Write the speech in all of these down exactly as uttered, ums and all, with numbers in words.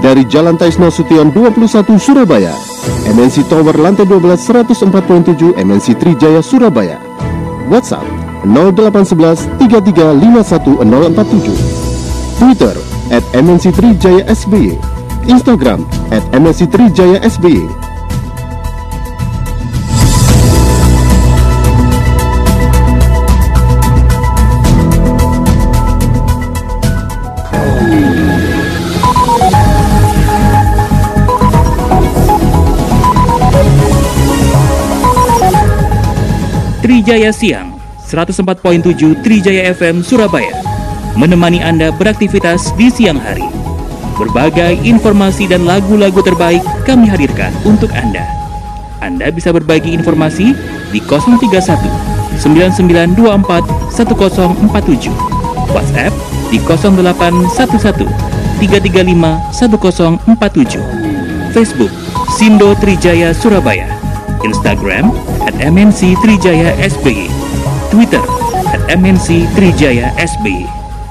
dari Jalan Taisno Sution dua puluh satu Surabaya. M N C Tower lantai dua belas seratus empat puluh tujuh M N C Trijaya Surabaya. WhatsApp nol delapan satu satu tiga tiga lima satu nol empat tujuh. Twitter at M N C Trijaya S B Y. Instagram at M N C Trijaya S B Y. Trijaya Siang, seratus empat koma tujuh Trijaya F M Surabaya, menemani Anda beraktivitas di siang hari. Berbagai informasi dan lagu-lagu terbaik kami hadirkan untuk Anda. Anda bisa berbagi informasi di nol tiga satu sembilan sembilan dua empat satu nol empat tujuh, WhatsApp di nol delapan satu satu tiga tiga lima satu nol empat tujuh, Facebook Sindo Trijaya Surabaya, Instagram at M N C Trijaya S B Y, Twitter at M N C Trijaya S B Y.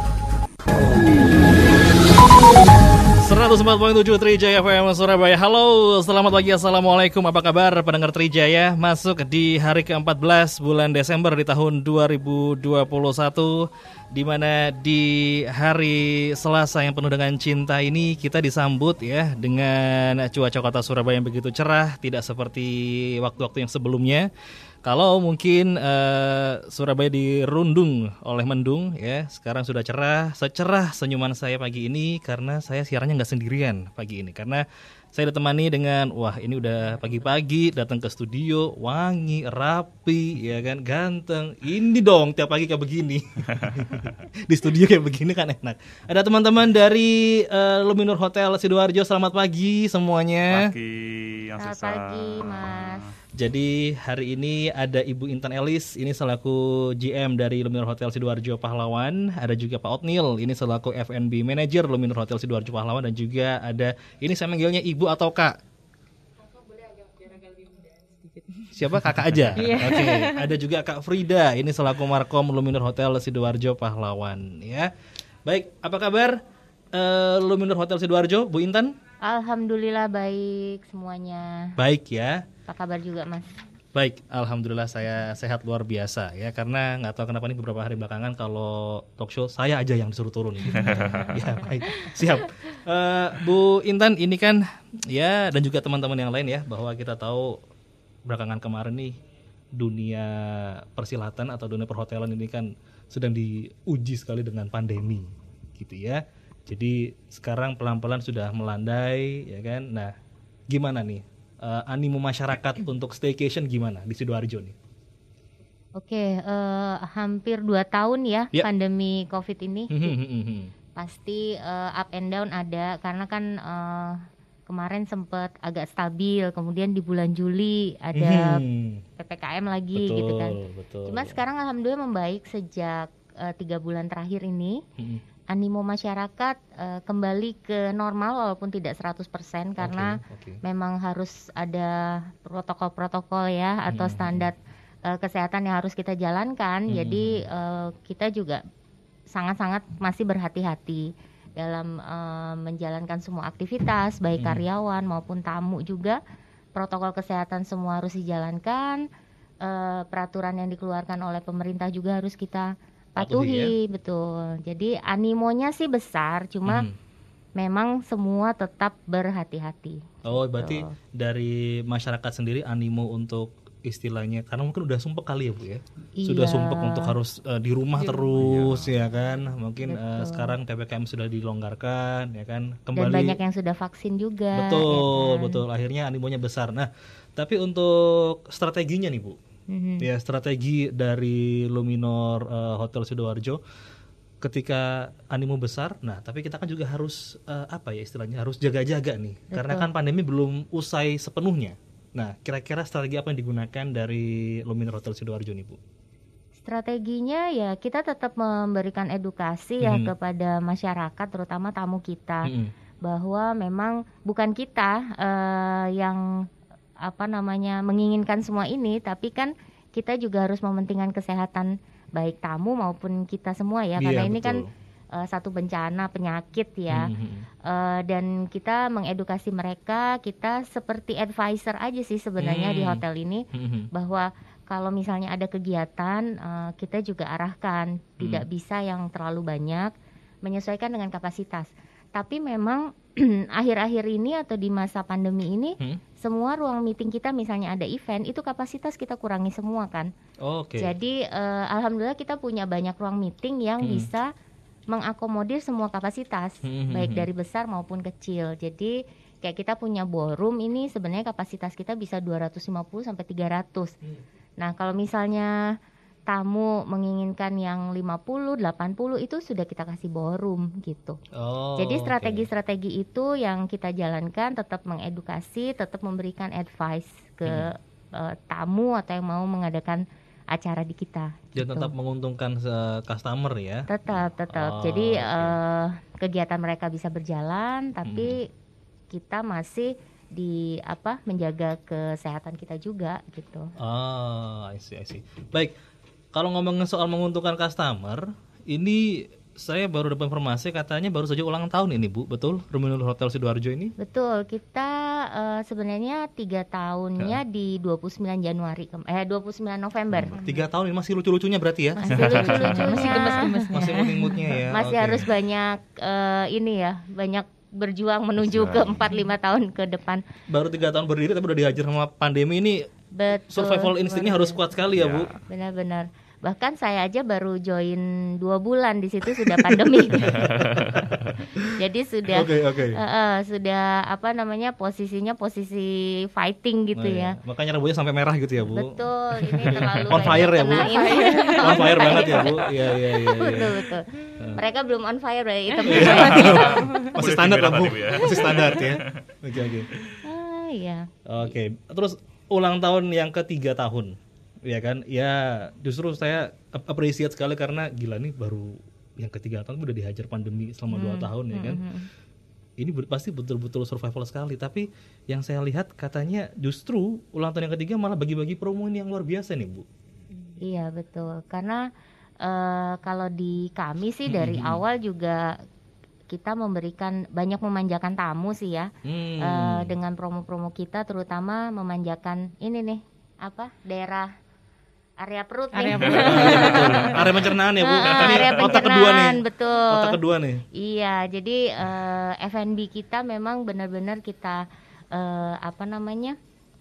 seratus empat koma tujuh Trijaya F M Surabaya. Halo, selamat pagi, assalamualaikum. Apa kabar pendengar Trijaya? Masuk di hari keempat belas bulan Desember di tahun dua ribu dua puluh satu, di mana di hari Selasa yang penuh dengan cinta ini kita disambut ya dengan cuaca kota Surabaya yang begitu cerah, tidak seperti waktu-waktu yang sebelumnya. Kalau mungkin uh, Surabaya dirundung oleh mendung ya, sekarang sudah cerah, secerah senyuman saya pagi ini karena saya siarannya nggak sendirian pagi ini, karena saya ditemani dengan, wah ini udah pagi-pagi datang ke studio, wangi, rapi, ya kan, ganteng. Ini dong tiap pagi kayak begini. Di studio kayak begini kan enak. Ada teman-teman dari uh, Luminor Hotel Sidoarjo, selamat pagi semuanya. Pagi, yang selamat pagi Mas. Jadi hari ini ada Ibu Intan Elis, ini selaku G M dari Luminor Hotel Sidoarjo Pahlawan. Ada juga Pak Otnil, ini selaku F and B Manager Luminor Hotel Sidoarjo Pahlawan. Dan juga ada, ini saya manggilnya Ibu atau Kak? Siapa? Kakak aja? Oke, okay. Ada juga Kak Frida, ini selaku Markom Luminor Hotel Sidoarjo Pahlawan ya. Baik, apa kabar uh, Luminor Hotel Sidoarjo, Bu Intan? Alhamdulillah baik semuanya. Baik ya. Apa kabar juga Mas? Baik, alhamdulillah saya sehat luar biasa ya, karena nggak tahu kenapa nih beberapa hari belakangan kalau talk show saya aja yang disuruh turun gitu. Ya baik, siap. Uh, Bu Intan, ini kan ya, dan juga teman-teman yang lain ya, bahwa kita tahu belakangan kemarin nih dunia persilatan atau dunia perhotelan ini kan sedang diuji sekali dengan pandemi gitu ya. Jadi sekarang pelan-pelan sudah melandai ya kan. Nah, gimana nih uh, animo masyarakat untuk staycation gimana di Sidoarjo nih? Oke, uh, hampir dua tahun ya, ya. Pandemi Covid ini. Pasti uh, up and down ada, karena kan uh, kemarin sempat agak stabil, kemudian di bulan Juli ada hmm. P P K M lagi, betul, gitu kan. Betul. Cuma sekarang alhamdulillah membaik sejak uh, tiga bulan terakhir ini. Hmm. Animo masyarakat uh, kembali ke normal walaupun tidak seratus persen, karena okay, okay. memang harus ada protokol-protokol ya, atau hmm. standar uh, kesehatan yang harus kita jalankan. Hmm. Jadi uh, kita juga sangat-sangat masih berhati-hati dalam uh, menjalankan semua aktivitas, baik hmm. karyawan maupun tamu juga. Protokol kesehatan semua harus dijalankan, uh, peraturan yang dikeluarkan oleh pemerintah juga harus kita patuhi, ya? Betul. Jadi animonya sih besar, cuma hmm. memang semua tetap berhati-hati. Oh, berarti so. dari masyarakat sendiri animo untuk istilahnya, karena mungkin udah sumpek kali ya Bu ya, iya. sudah sumpek untuk harus uh, di rumah iya. terus ya kan. Mungkin uh, sekarang P P K M sudah dilonggarkan ya kan. Kembali. Dan banyak yang sudah vaksin juga. Betul, ya kan? betul. Akhirnya animonya besar. Nah, tapi untuk strateginya nih Bu. Mm-hmm. Ya, strategi dari Luminor uh, Hotel Sidoarjo ketika animo besar. Nah, tapi kita kan juga harus uh, apa ya istilahnya, harus jaga-jaga nih. Betul. Karena kan pandemi belum usai sepenuhnya. Nah, kira-kira strategi apa yang digunakan dari Luminor Hotel Sidoarjo nih Bu? Strateginya ya kita tetap memberikan edukasi ya mm-hmm. kepada masyarakat, terutama tamu kita, mm-hmm. bahwa memang bukan kita uh, yang apa namanya menginginkan semua ini, tapi kan kita juga harus mementingkan kesehatan baik tamu maupun kita semua ya, karena iya, ini betul. kan uh, satu bencana penyakit ya. Mm-hmm. Uh, dan kita mengedukasi mereka, kita seperti advisor aja sih sebenarnya mm-hmm. di hotel ini, mm-hmm. bahwa kalau misalnya ada kegiatan uh, kita juga arahkan, mm-hmm. tidak bisa yang terlalu banyak, menyesuaikan dengan kapasitas. Tapi memang akhir-akhir ini atau di masa pandemi ini hmm? semua ruang meeting kita misalnya ada event itu kapasitas kita kurangi semua kan. Oh, okay. Jadi uh, alhamdulillah kita punya banyak ruang meeting yang hmm. bisa mengakomodir semua kapasitas, hmm. baik dari besar maupun kecil. Jadi kayak kita punya ballroom ini sebenarnya kapasitas kita bisa dua ratus lima puluh sampai tiga ratus. Hmm. Nah, kalau misalnya tamu menginginkan yang lima puluh, delapan puluh itu sudah kita kasih ballroom gitu. Oh, jadi strategi-strategi okay. itu yang kita jalankan, tetap mengedukasi, tetap memberikan advice ke hmm. uh, tamu atau yang mau mengadakan acara di kita. Dan gitu. Tetap menguntungkan customer ya? Tetap, tetap. Oh, jadi okay. uh, kegiatan mereka bisa berjalan, tapi hmm. kita masih di apa menjaga kesehatan kita juga gitu. Oh, I see, I see. Baik. Kalau ngomongin soal menguntungkan customer, ini saya baru dapat informasi katanya baru saja ulang tahun ini Bu, betul? Ruminul Hotel Sidoarjo ini? Betul, kita uh, sebenarnya tiga tahunnya ya. Di dua puluh sembilan Januari, eh dua puluh sembilan November. Tiga tahun ini masih lucu-lucunya berarti ya? Masih lucu-lucunya, masih gemes-gemesnya, masih mood-moodnya ya. Masih okay. harus banyak uh, ini ya, banyak berjuang menuju Betul. ke empat lima tahun ke depan. Baru tiga tahun berdiri tapi udah dihajar sama pandemi ini. Betul, survival instingnya harus kuat sekali ya, ya Bu. Benar-benar. Bahkan saya aja baru join dua bulan di situ sudah pandemi. Jadi sudah okay, okay. Uh, uh, sudah apa namanya posisinya posisi fighting gitu nah, ya. ya. Makanya rambutnya sampai merah gitu ya Bu. Betul, ini terlalu on fire ya Bu. On fire banget ya Bu. Iya iya iya. Betul betul. Mereka belum on fire ya itu. Masih standar lah Bu. Masih standar ya. Oke oke. Ah iya. Oke, terus ulang tahun yang ketiga tahun. Ya kan, ya justru saya appreciate sekali karena gila nih baru yang ketiga tahun udah dihajar pandemi selama hmm, dua tahun ya kan. Hmm, ini ber, pasti betul-betul survival sekali. Tapi yang saya lihat katanya justru ulang tahun yang ketiga malah bagi-bagi promo ini yang luar biasa nih Bu. Iya betul, karena uh, kalau di kami sih dari hmm. awal juga kita memberikan banyak memanjakan tamu sih ya hmm. uh, dengan promo-promo kita, terutama memanjakan ini nih apa daerah area perut area nih. Perut. Betul. Area pencernaan ya Bu. Nah, ini area otak kedua nih. Betul. Otak kedua nih. Iya, jadi uh, F and B kita memang benar-benar kita uh, apa namanya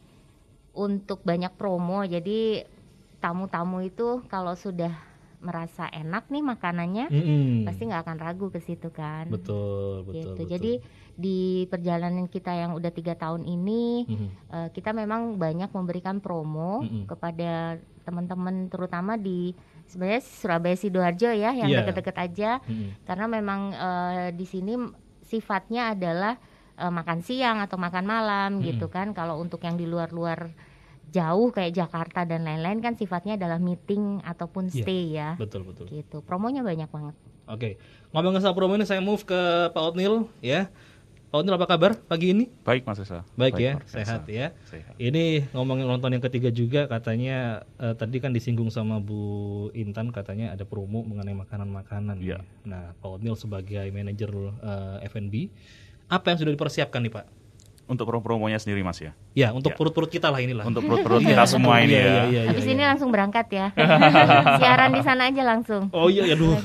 untuk banyak promo. Jadi tamu-tamu itu kalau sudah merasa enak nih makanannya, mm-hmm. pasti nggak akan ragu ke situ kan. Betul, betul. Gitu. betul. Jadi di perjalanan kita yang udah tiga tahun ini, mm-hmm. uh, kita memang banyak memberikan promo mm-hmm. kepada teman-teman, terutama di sebenarnya Surabaya Sidoarjo ya, yang yeah. deket-deket aja, mm-hmm. karena memang uh, di sini sifatnya adalah uh, makan siang atau makan malam mm-hmm. gitu kan. Kalau untuk yang di luar-luar jauh kayak Jakarta dan lain-lain kan sifatnya adalah meeting ataupun stay yeah, ya. Betul betul. Gitu. Promonya banyak banget. Oke. Okay. Ngomongin soal promo ini saya move ke Pak Otnil ya. Pak Otnil apa kabar pagi ini? Baik Mas Esa. Baik, Baik ya, sehat ya. Sehat. Ini ngomongin ulang tahun yang ketiga juga katanya uh, tadi kan disinggung sama Bu Intan katanya ada promo mengenai makanan-makanan. Ya. Nah, Pak Otnil sebagai manajer uh, F and B, apa yang sudah dipersiapkan nih Pak? Untuk promo-promonya sendiri Mas ya? Ya, untuk ya. perut-perut kita lah inilah. Untuk perut-perut kita semua ini ya. Iya, iya, iya, Habis iya. ini langsung berangkat ya. Siaran di sana aja langsung. Oh iya, aduh.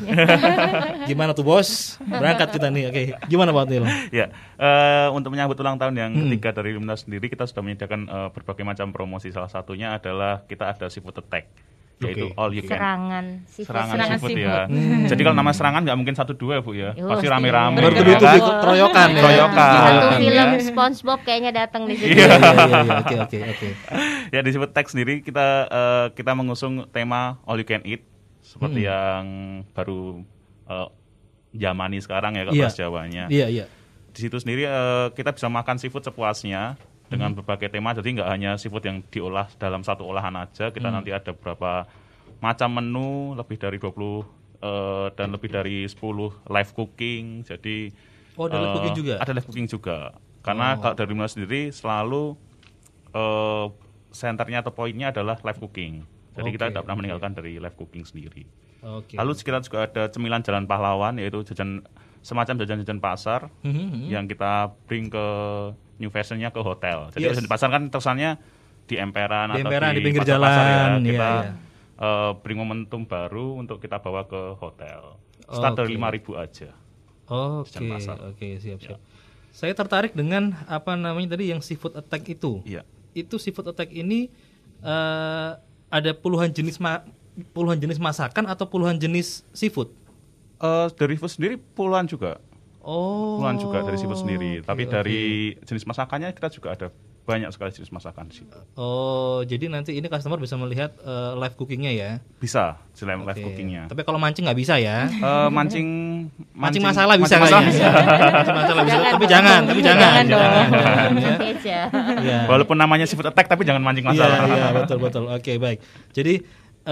Gimana tuh bos? Berangkat kita nih. Oke, gimana Pak Otnil? Ya, uh, untuk menyambut ulang tahun yang hmm. ketiga dari Lumina sendiri, kita sudah menyediakan uh, berbagai macam promosi. Salah satunya adalah kita ada seafood attack. Yaitu okay. all you can. Serangan seafood, serangan serangan seafood, seafood ya. Hmm. Jadi kalau nama serangan nggak mungkin satu dua Bu ya, Yo, pasti rame-rame. Bertubi-tubi ya kan? keroyokan ya. Keroyokan. Satu ya. film SpongeBob kayaknya datang di situ. Iya, oke oke oke. Ya di seafood attack sendiri kita uh, kita mengusung tema all you can eat seperti hmm. yang baru uh, zamani sekarang ya kalau bahasa Jawanya. Iya iya. Di situ sendiri uh, kita bisa makan seafood sepuasnya dengan hmm. berbagai tema. Jadi nggak hanya seafood yang diolah dalam satu olahan aja. Kita hmm. nanti ada beberapa macam menu, lebih dari dua puluh uh, dan lebih dari sepuluh live cooking. Jadi oh, ada uh, live cooking juga. Ada live cooking juga. Karena oh. kalau dari Lumina sendiri selalu uh, senternya atau poinnya adalah live cooking. Jadi okay, kita tidak pernah okay. meninggalkan dari live cooking sendiri. Okay. Lalu kita juga ada cemilan Jalan Pahlawan, yaitu jajan semacam jajan-jajan pasar mm-hmm. yang kita bring ke new fashionnya ke hotel. Jadi yes. jajan pasar kan tersannya di emperan di atau emperan, di, di pinggir pasar-pasar jalan. Ya. Kita yeah, yeah. Uh, bring momentum baru untuk kita bawa ke hotel. Start okay. dari lima ribu aja. Oke, okay. oke, okay, siap-siap. Ya. Saya tertarik dengan apa namanya tadi yang seafood attack itu. Iya. Itu seafood attack ini uh, ada puluhan jenis ma- puluhan jenis masakan atau puluhan jenis seafood? Uh, dari seafood sendiri puluhan juga. Oh. Puluhan juga dari seafood sendiri. Okay, Tapi okay. dari jenis masakannya kita juga ada banyak sekali jenis masakan sih. Oh, jadi nanti ini customer bisa melihat uh, live cookingnya ya? Bisa, selain okay. live cookingnya. Tapi kalau mancing nggak bisa ya? Uh, mancing, mancing, mancing masalah bisa mancing kayaknya. Bisa. mancing masalah bisa, tapi jangan, tapi jangan. Jangan dong. Ya. ya. Walaupun namanya seafood attack, tapi jangan mancing masalah. Iya, ya, betul betul. Oke, okay, baik. Jadi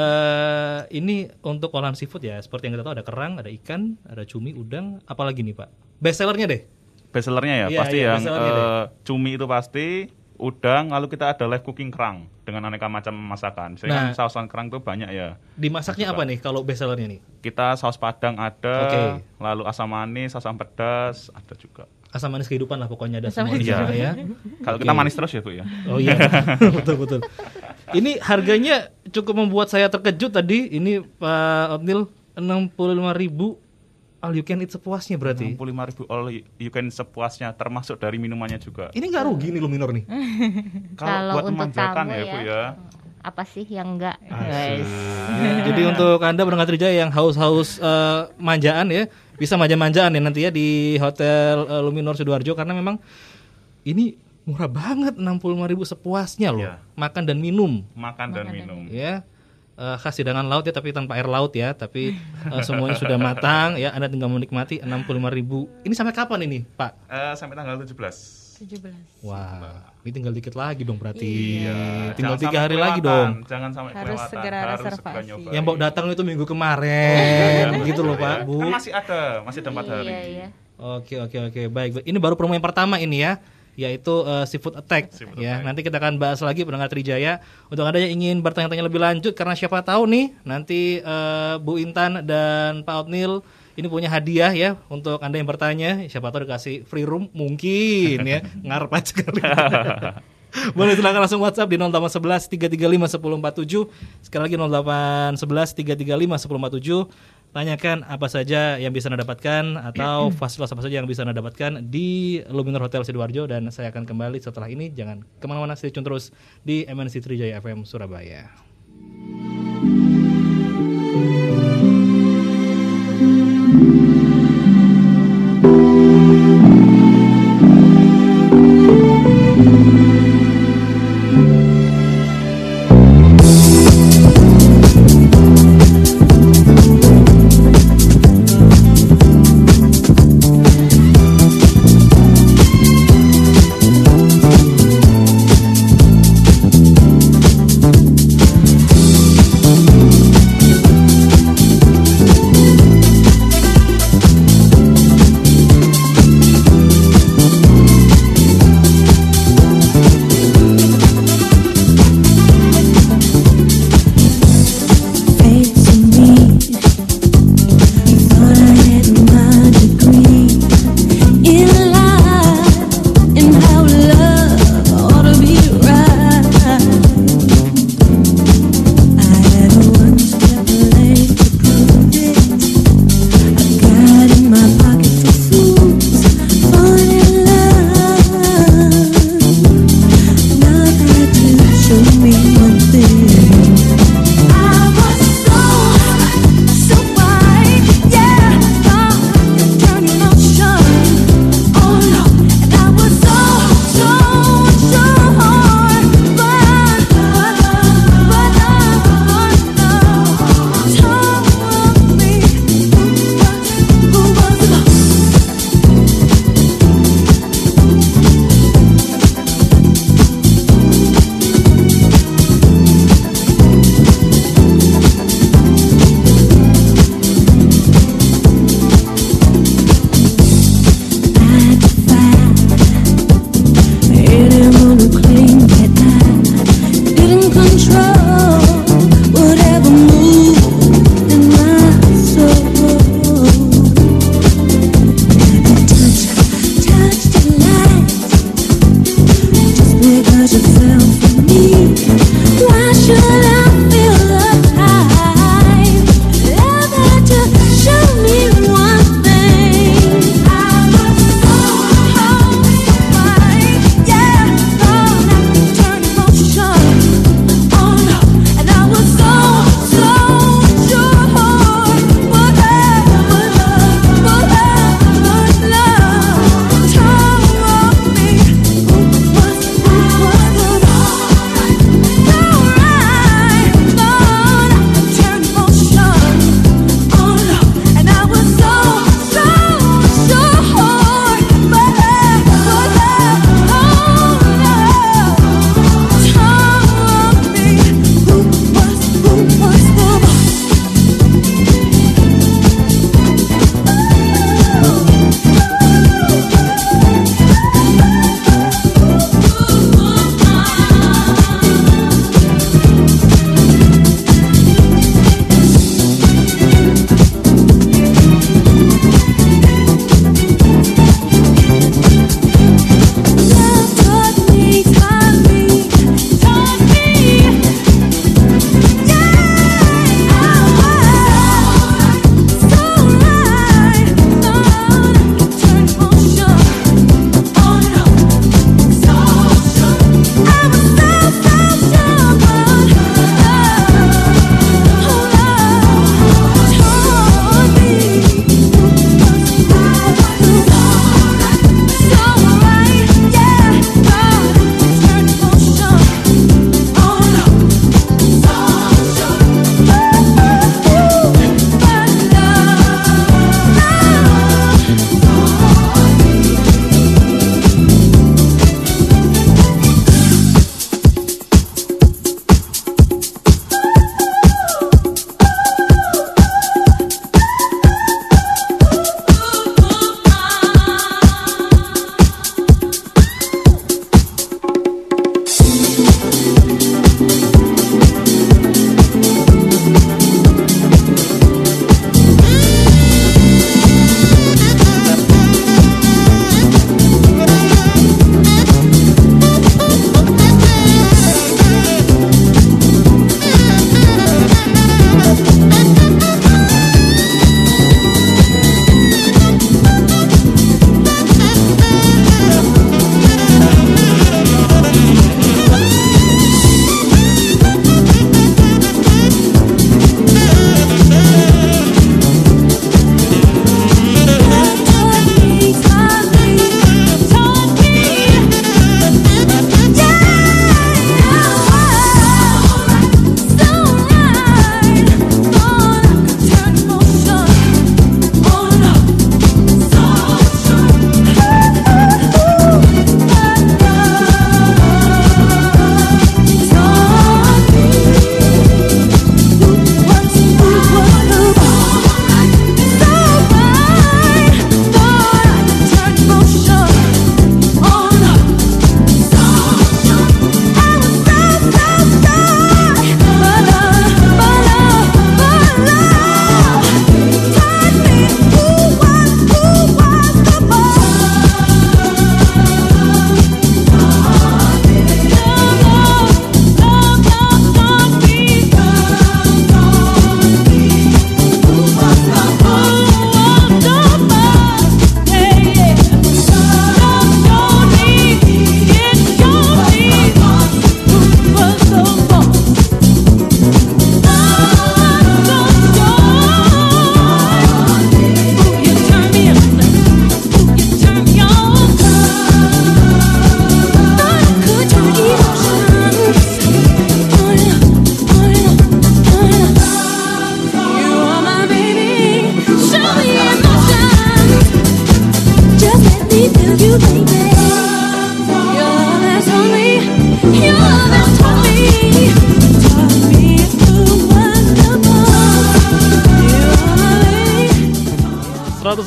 uh, ini untuk olahan seafood ya, seperti yang kita tahu ada kerang, ada ikan, ada cumi, udang, apalagi nih Pak? Best sellernya deh. Best sellernya ya, ya pasti ya, yang uh, cumi itu pasti, udang, lalu kita ada live cooking kerang dengan aneka macam masakan. Saya nah, kan sausan kerang itu banyak ya. Dimasaknya apa nih kalau best sellernya nih? Kita saus padang ada, okay. lalu asam manis, asam pedas ada juga. Asam manis kehidupan lah pokoknya ada asam semua ya. ya. Kalau okay. kita manis terus ya Bu ya. Oh iya, betul betul. Ini harganya cukup membuat saya terkejut tadi. Ini Pak Otnil enam puluh lima ribu. All you can eat sepuasnya berarti. enam puluh lima ribu all you can sepuasnya, termasuk dari minumannya juga. Ini nggak rugi nih Luminor nih. Kalau buat memanjakan ya, ya Bu ya. Apa sih yang enggak? Guys. Ya, jadi untuk Anda pendengar Trijaya yang haus-haus uh, manjaan ya, bisa manja-manjaan ya nanti ya di Hotel uh, Luminor Sidoarjo, karena memang ini murah banget, enam puluh lima ribu sepuasnya loh. Ya. Makan dan minum. Makan dan Makan minum. Ya. Uh, khas hidangan laut ya, tapi tanpa air laut ya, tapi uh, semuanya sudah matang ya, Anda tinggal menikmati. Enam puluh lima ribu. Ini sampai kapan ini Pak? Uh, sampai tanggal tujuh belas. tujuh belas. Wah, ini tinggal dikit lagi dong berarti. Iya. Tinggal Jangan tiga hari kelewatan. lagi dong. Jangan sampai harus kelewatan. segera harus reservasi. segera Yang bawa datang itu minggu kemarin, oh, gitu loh Pak, Bu. Kan masih ada, masih ada empat hari. Iya, iya. Oke, oke, oke, baik. Ini baru promo yang pertama ini ya, yaitu uh, seafood attack. Seafood ya, attack. Nanti kita akan bahas lagi pendengar Trijaya. Untuk Anda yang ingin bertanya-tanya lebih lanjut, karena siapa tahu nih nanti uh, Bu Intan dan Pak Otnil ini punya hadiah ya untuk Anda yang bertanya. Siapa tahu dikasih free room mungkin ya. Ngarep aja kali. Boleh silakan langsung WhatsApp di nol delapan satu satu tiga tiga lima satu nol empat tujuh. Sekali lagi nol delapan satu satu tiga tiga lima satu nol empat tujuh. Tanyakan apa saja yang bisa Anda dapatkan atau fasilitas apa saja yang bisa Anda dapatkan di Luminor Hotel Sidoarjo, dan saya akan kembali setelah ini. Jangan kemana-mana, stay tune terus di M N C Trijaya F M Surabaya. Control whatever move in my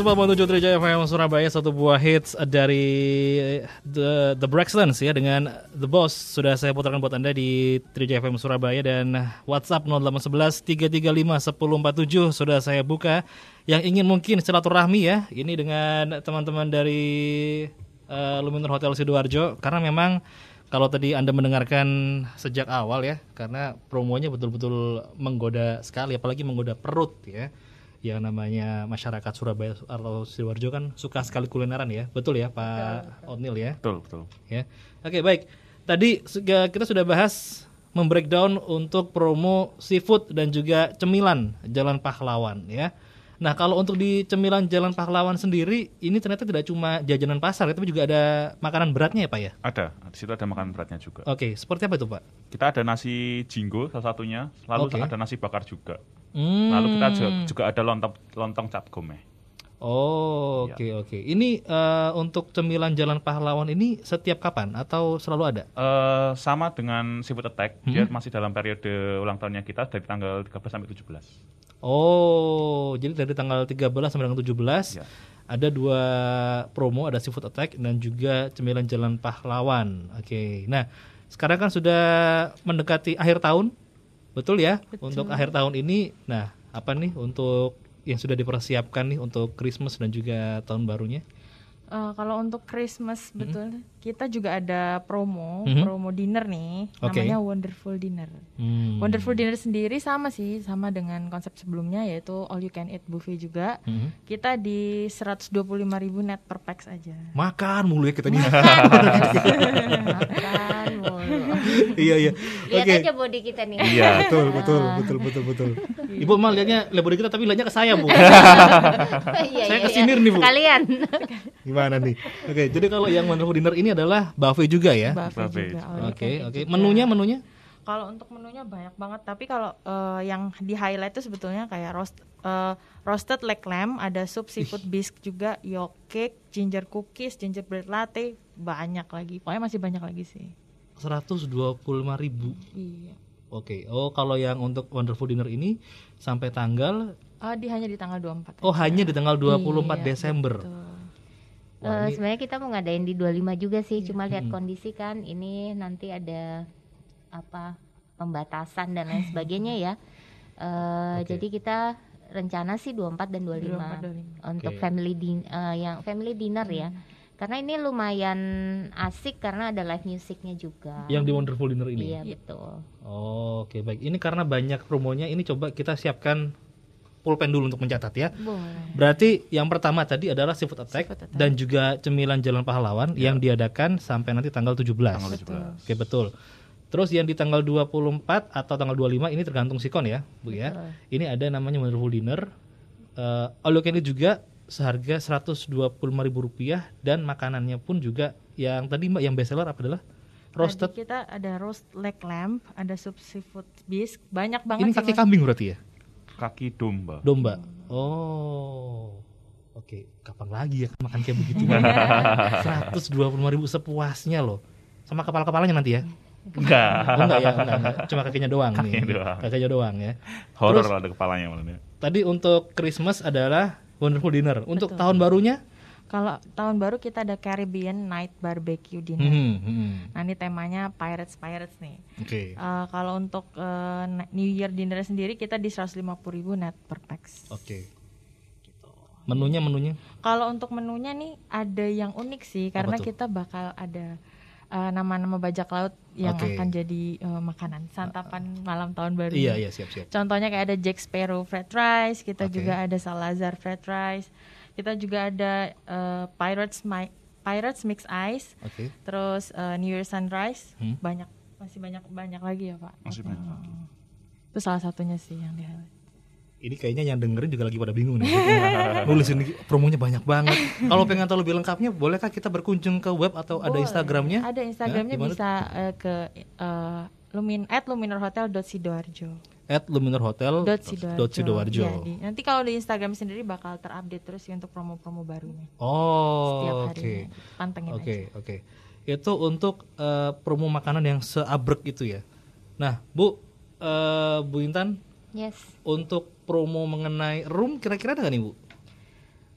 seratus empat koma tujuh Trijaya F M Surabaya, satu buah hits dari The The Braxtons ya dengan The Boss sudah saya putarkan buat Anda di Trijaya F M Surabaya, dan WhatsApp nol delapan satu satu tiga tiga lima satu nol empat tujuh sudah saya buka. Yang ingin mungkin silaturahmi ya, ini dengan teman-teman dari uh, Luminor Hotel Sidoarjo, karena memang kalau tadi Anda mendengarkan sejak awal ya, karena promonya betul-betul menggoda sekali, apalagi menggoda perut ya. Yang namanya masyarakat Surabaya atau Sidoarjo kan suka sekali kulineran ya, betul ya Pak Otnil ya? Betul, betul. Ya, oke baik. Tadi kita sudah bahas membreakdown untuk promo seafood dan juga cemilan Jalan Pahlawan ya. Nah kalau untuk di cemilan Jalan Pahlawan sendiri, ini ternyata tidak cuma jajanan pasar, tapi juga ada makanan beratnya ya Pak ya? Ada, di situ ada makanan beratnya juga. Oke, seperti apa itu Pak? Kita ada nasi jinggo salah satunya, lalu Oke. ada nasi bakar juga. Hmm. Lalu kita juga, juga ada lontong lontong cap gome. Oh, oke Ya. oke. Ini uh, untuk cemilan Jalan Pahlawan ini setiap kapan atau selalu ada? Eh, sama dengan Seafood Attack, Hmm. dia masih dalam periode ulang tahunnya kita dari tanggal tiga belas sampai tujuh belas. Oh, jadi dari tanggal tiga belas sampai dengan tujuh belas Ya. ada dua promo, ada Seafood Attack dan juga cemilan Jalan Pahlawan. Oke. Nah, sekarang kan sudah mendekati akhir tahun. Betul ya? Betul. Untuk akhir tahun ini, nah, apa nih untuk yang sudah dipersiapkan nih untuk Christmas dan juga tahun barunya? Uh, kalau untuk Christmas Mhm. betul, kita juga ada promo, Mhm. promo dinner nih, Oke. namanya Wonderful Dinner. Hmm. Wonderful Dinner sendiri sama sih, sama dengan konsep sebelumnya, yaitu all you can eat buffet juga. Mhm. Kita di seratus dua puluh lima ribu net per pax aja. Makan mulu ya kita nih. Makan mulu. Iya iya. Lihat Oke. aja body kita nih. Iya. Betul betul betul betul betul. Ibu mah lihatnya labor kita tapi lihatnya ke saya Bu. Iya, Saya iya, kesindir iya. nih, Bu. Kalian. Gimana nih? Oke, jadi kalau yang Wonderful Dinner ini adalah buffet juga ya? Buffet Buffet. juga. all you Oke can eat oke. juga. Menunya menunya? Kalau untuk menunya banyak banget, tapi kalau eh, yang di highlight itu sebetulnya kayak roast eh, roasted leg lamb, ada sup seafood bisque juga, yolk cake, ginger cookies, gingerbread latte, banyak lagi. Pokoknya masih banyak lagi sih. seratus dua puluh lima ribu. Iya. Oke. Oh, kalau yang untuk Wonderful Dinner ini sampai tanggal Ah, di hanya di tanggal dua puluh empat. Oh, aja. hanya di tanggal dua puluh empat Iya, Desember. betul. Wah, Eh, ini- sebenarnya kita mau ngadain di dua puluh lima juga sih, Iya. cuma lihat Hmm. kondisi kan ini nanti ada apa pembatasan dan lain sebagainya ya. Eh, Oke. Jadi kita rencana sih dua puluh empat dan dua puluh lima dua puluh empat, dua puluh lima. untuk Oke. family din- eh, yang family dinner ya. Hmm. Karena ini lumayan asik karena ada live musicnya juga. yang di Wonderful Dinner ini. Iya betul. Oh, oke baik. Ini karena banyak promonya, ini coba kita siapkan pulpen dulu untuk mencatat ya. Boleh. Berarti yang pertama tadi adalah Seafood Attack, Seafood Attack. dan juga cemilan Jalan Pahlawan yang diadakan sampai nanti tanggal tujuh belas. Tanggal tujuh Betul. belas. Oke betul. Terus yang di tanggal dua puluh empat atau tanggal dua puluh lima ini tergantung sikon ya, Bu ya. Betul. Ini ada namanya Wonderful Dinner. Uh, all you can eat juga seharga seratus dua puluh lima ribu rupiah, dan makanannya pun juga yang tadi Mbak yang best seller apa adalah roasted. Tadi kita ada roast leg lamb, ada sup seafood bisque, banyak banget. Ini sih, kaki Mas. kambing berarti ya? Kaki domba. Domba. Oh. Oke, kapan lagi ya makan kayak begitu? seratus dua puluh lima ribu sepuasnya loh. Sama kepala-kepalanya nanti ya? Enggak. Oh, enggak ya, enggak, enggak. Cuma kakinya doang nih. Kakinya doang. Kakinya doang ya. Horor Terus- ada kepalanya malah. Tadi untuk Christmas adalah Wonderful Dinner. Untuk Betul. tahun barunya? Kalau tahun baru kita ada Caribbean Night Barbecue Dinner. Hmm, hmm. Nah ini temanya Pirates Pirates nih. Oke. Eh, kalau untuk eh, New Year dinner sendiri kita di seratus lima puluh ribu net per pax. Oke. Menunya menunya? Kalau untuk menunya nih ada yang unik sih, karena tuh? kita bakal ada eh, nama-nama bajak laut yang Oke. akan jadi eh, makanan santapan malam tahun baru. Iya, ini. iya, siap-siap. Contohnya kayak ada Jack Sparrow fried rice, kita Oke. juga ada Salazar fried rice, kita juga ada eh, Pirates Mi- Pirates mix ice, Oke. terus eh, New Year sunrise, Hmm. banyak masih banyak banyak lagi ya Pak. Masih banyak lagi. Itu salah satunya sih yang di highlight. Ini kayaknya yang dengerin juga lagi pada bingung nih. Nulis ini promonya banyak banget. Kalau pengen tahu lebih lengkapnya, bolehkah kita berkunjung ke web atau ada Boleh. Instagramnya? Ada Instagramnya, Ya, gimana? bisa eh, ke eh, lumin at luminorhotel dot sidoarjo. at luminorhotel Dot sidoarjo. dot sidoarjo. Iya, di- nanti kalau di Instagram sendiri bakal terupdate terus ya untuk promo-promo barunya. Setiap Oh, oke. harinya. Pantengin Oke, aja. oke. Itu untuk eh, promo makanan yang seabrek itu ya. Nah, Bu, eh, Bu Intan, Yes. untuk promo mengenai room kira-kira ada nggak nih Bu?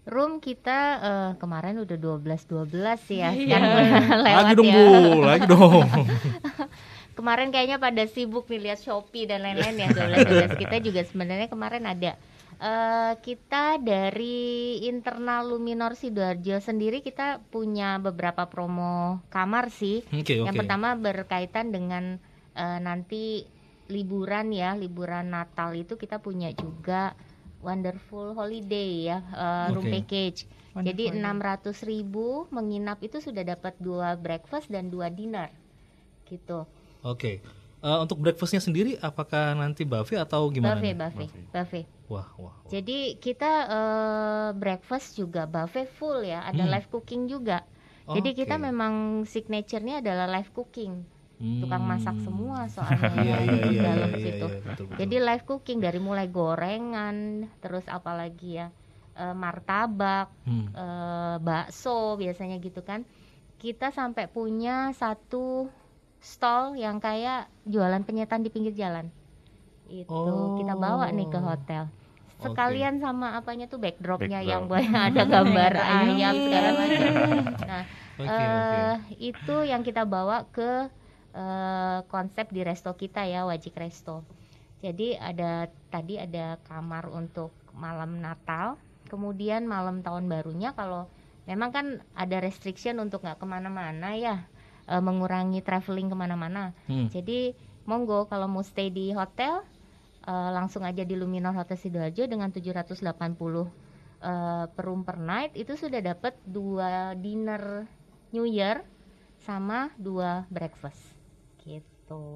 Room kita uh, kemarin udah dua belas dua belas ya. Iya. Lewat lagi dong ya. Bu, lagi dong. Kemarin kayaknya pada sibuk nih lihat Shopee dan lain-lain ya. dua belas dua belas kita juga sebenarnya kemarin ada. Uh, kita dari internal Luminor Sidoarjo sendiri kita punya beberapa promo kamar sih. Okay, Yang okay. pertama berkaitan dengan uh, nanti liburan ya, liburan Natal itu kita punya juga Wonderful Holiday ya, uh, room Okay. package. Wonderful Jadi Holiday. enam ratus ribu menginap itu sudah dapat dua breakfast dan dua dinner gitu. Oke. Uh, untuk breakfastnya sendiri apakah nanti buffet atau gimana? Buffet, nih? buffet, buffet. Wah, wah, wah. Jadi kita uh, breakfast juga buffet full ya, ada Hmm. live cooking juga. Oh, Jadi oke. kita memang signature-nya adalah live cooking. Tukang Hmm. masak semua soalnya Iya, ya, iya, di iya, dalam iya, situ. iya, betul, betul. Jadi live cooking dari mulai gorengan, terus apalagi ya uh, martabak, Hmm. uh, bakso biasanya gitu kan. Kita sampai punya satu stall yang kayak jualan penyetan di pinggir jalan. Itu Oh. kita bawa nih ke hotel. Sekalian sama apanya tuh backdropnya Backdrop. yang boleh ada gambar ayam segala macam. Nah, Oke, eh, itu yang kita bawa ke eh, konsep di resto kita ya, Wajik Resto. Jadi ada tadi ada kamar untuk malam Natal, kemudian malam tahun barunya kalau memang kan ada restriction untuk nggak kemana-mana ya, eh, mengurangi traveling kemana-mana. Hmm. Jadi monggo kalau mau stay di hotel uh, langsung aja di Luminor Hotel Sidoarjo dengan tujuh ratus delapan puluh uh, per room per night itu sudah dapat dua dinner New Year sama dua breakfast gitu.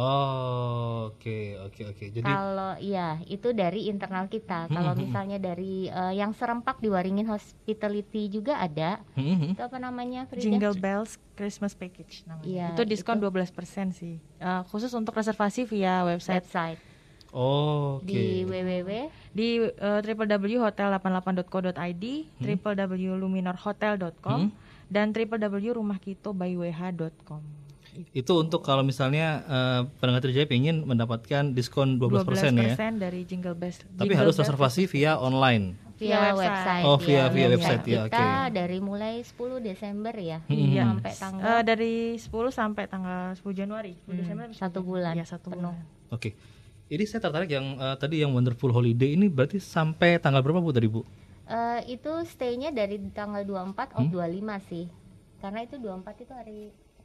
Oh, oke, oke, oke. Jadi Kalau ya itu dari internal kita. Hmm, Kalau hmm, misalnya dari uh, yang serempak di Waringin Hospitality juga ada. Hmm, hmm. Itu apa namanya, Frida? Jingle Bells Christmas Package namanya. Iya, itu diskon itu. dua belas persen sih. Uh, khusus untuk reservasi via website Website Oh, oke. di www di uh, w w w titik hotel delapan puluh delapan titik co titik i d, Hmm. w w w titik luminor hotel titik com, Hmm. dan w w w titik rumahkito by w h titik com. Itu untuk kalau misalnya eh, pendengar Trijaya ingin mendapatkan diskon dua belas persen ya. dari Jingle Bells. Tapi Jingle harus Bells reservasi via online. via Via website. website. Oh, via- ya, via website, ya, kita oke. dari mulai sepuluh Desember ya Hmm. sampai tanggal Uh, dari sepuluh sampai tanggal sepuluh Januari. sepuluh Hmm, Desember satu bulan Ya, satu penuh. bulan. Oke. Ini saya tertarik yang eh, tadi yang Wonderful Holiday ini berarti sampai tanggal berapa Bu tadi Bu? Eh, itu stay-nya dari tanggal dua puluh empat Hmm? out dua puluh lima sih. Karena itu dua puluh empat itu hari